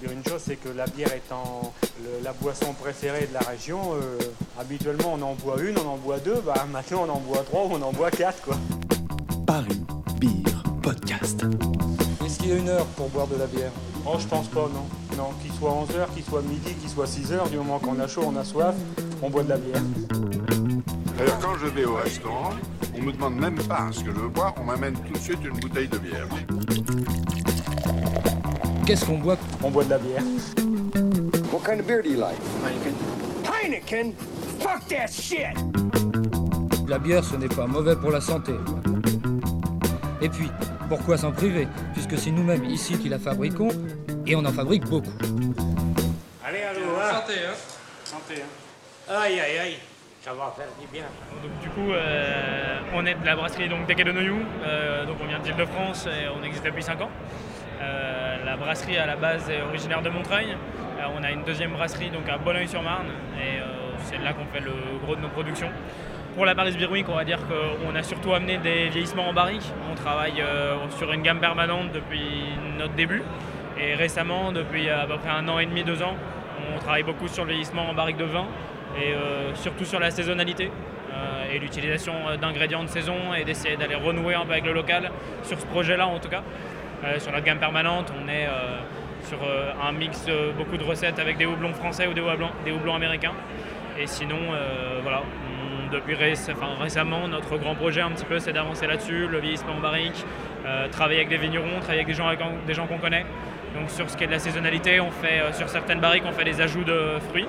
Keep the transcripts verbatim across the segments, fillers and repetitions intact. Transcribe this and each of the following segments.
dire une chose, c'est que la bière étant le, la boisson préférée de la région, euh, habituellement on en boit une, on en boit deux, bah maintenant on en boit trois ou on en boit quatre, quoi. Paris Beer Podcast. Est-ce qu'il y a une heure pour boire de la bière? Oh, je pense pas, non. Non, qu'il soit onze heures, qu'il soit midi, qu'il soit six heures, du moment qu'on a chaud, on a soif, on boit de la bière. D'ailleurs, quand je vais au restaurant, on me demande même pas ce que je veux boire, on m'amène tout de suite une bouteille de bière. Qu'est-ce qu'on boit? On boit de la bière. What kind of beer do you like? Heineken. Heineken? Fuck that shit! La bière, ce n'est pas mauvais pour la santé. Et puis, pourquoi s'en priver, puisque c'est nous-mêmes ici qui la fabriquons, et on en fabrique beaucoup. Allez, allô, hein. Santé, hein. Santé, hein. Aïe, aïe, aïe. Ça va faire du bien. Donc, du coup, euh, on est de la brasserie donc, Decade de Noyou, euh, donc on vient d'Île-de-France et on existe depuis cinq ans. Euh, la brasserie à la base est originaire de Montreuil. Euh, on a une deuxième brasserie donc, à Bonneuil-sur-Marne et euh, c'est là qu'on fait le gros de nos productions. Pour la Paris Beer Week, on va dire qu'on a surtout amené des vieillissements en barrique. On travaille euh, sur une gamme permanente depuis notre début. Et récemment, depuis à peu près un an et demi, deux ans, on travaille beaucoup sur le vieillissement en barrique de vin et euh, surtout sur la saisonnalité euh, et l'utilisation d'ingrédients de saison et d'essayer d'aller renouer un peu avec le local sur ce projet-là en tout cas. Euh, sur notre gamme permanente, on est euh, sur euh, un mix, euh, beaucoup de recettes avec des houblons français ou des houblons, des houblons américains. Et sinon, euh, voilà, on, depuis ré, enfin, récemment, notre grand projet un petit peu, c'est d'avancer là-dessus, le vieillissement en barrique, euh, travailler avec des vignerons, travailler avec des gens, avec, des gens qu'on connaît. Donc sur ce qui est de la saisonnalité, on fait, euh, sur certaines barriques, on fait des ajouts de fruits.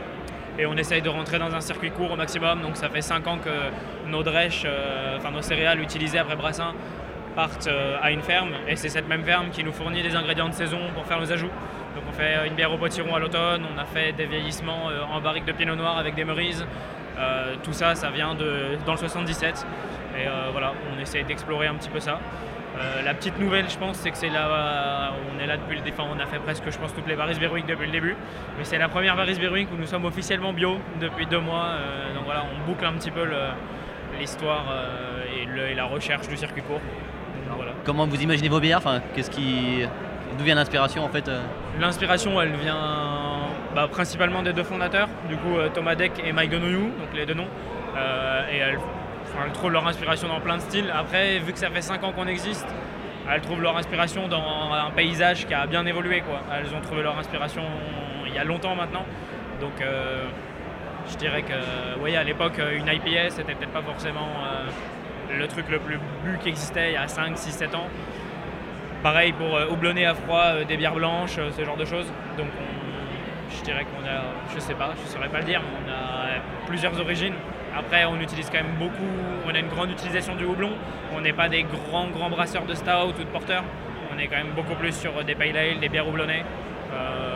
Et on essaye de rentrer dans un circuit court au maximum. Donc ça fait cinq ans que nos drèches, euh, enfin nos céréales utilisées après brassin, partent euh, à une ferme. Et c'est cette même ferme qui nous fournit des ingrédients de saison pour faire nos ajouts. Donc on fait une bière au potiron à l'automne, on a fait des vieillissements euh, en barrique de pinot noir avec des merises. Euh, tout ça, ça vient de, dans le soixante-dix-sept. Et euh, voilà, on essaye d'explorer un petit peu ça. Euh, la petite nouvelle, je pense, c'est que c'est là, on est là depuis le début, on a fait presque, je pense, toutes les Paris Beer Week depuis le début. Mais c'est la première Paris Beer Week où nous sommes officiellement bio depuis deux mois. Euh, donc voilà, on boucle un petit peu l'histoire euh, et, le, et la recherche du circuit court. Donc, voilà. Comment vous imaginez vos bières? Enfin, qu'est-ce qui, d'où vient l'inspiration en fait? L'inspiration, elle vient bah, principalement des deux fondateurs, du coup euh, Thomas Deck et Mike Denoyou, donc les deux noms. Euh, et elle, enfin, elles trouvent leur inspiration dans plein de styles. Après, vu que ça fait cinq ans qu'on existe, elles trouvent leur inspiration dans un paysage qui a bien évolué, quoi. Elles ont trouvé leur inspiration il y a longtemps maintenant. Donc euh, je dirais que ouais, à l'époque, une I P A, c'était peut-être pas forcément euh, le truc le plus bu qui existait il y a cinq, six, sept ans. Pareil pour euh, houblonner à froid euh, des bières blanches, euh, ce genre de choses. Donc on, je dirais qu'on a, je sais pas, je saurais pas le dire, mais on a plusieurs origines. Après, on utilise quand même beaucoup, on a une grande utilisation du houblon. On n'est pas des grands, grands brasseurs de stout ou de porter. On est quand même beaucoup plus sur des pale ale, des bières houblonnées. Euh,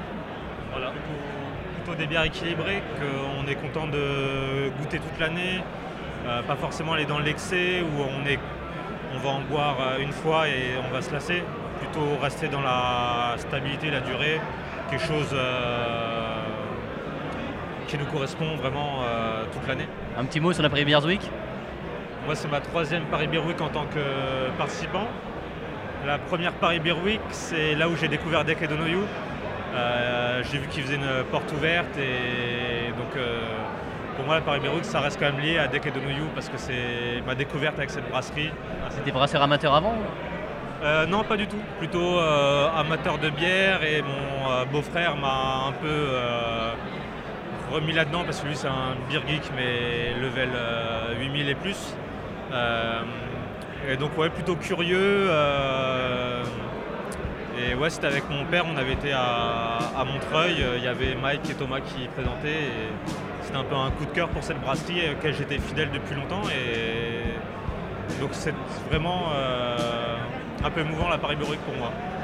voilà. Plutôt, plutôt des bières équilibrées, qu'on est content de goûter toute l'année. Euh, pas forcément aller dans l'excès où on, est, on va en boire une fois et on va se lasser. Plutôt rester dans la stabilité, la durée. Quelque chose... Euh, qui nous correspond vraiment euh, toute l'année. Un petit mot sur la Paris Beer Week? Moi, c'est ma troisième Paris Beer Week en tant que participant. La première Paris Beer Week, c'est là où j'ai découvert Decade de Noyou. Euh, j'ai vu qu'ils faisaient une porte ouverte et donc euh, pour moi, la Paris Beer Week, ça reste quand même lié à Decade de Noyou parce que c'est ma découverte avec cette brasserie. C'était brasseur amateur avant? Euh, non, pas du tout. Plutôt euh, amateur de bière et mon euh, beau-frère m'a un peu euh, remis là-dedans parce que lui c'est un beer geek mais level euh, huit mille et plus. Euh, et donc ouais, plutôt curieux. Euh, et ouais, c'était avec mon père, on avait été à, à Montreuil, il y avait Mike et Thomas qui présentaient. Et c'était un peu un coup de cœur pour cette brasserie auquel j'étais fidèle depuis longtemps. Et donc c'est vraiment euh, un peu émouvant la Paris Beer Week pour moi.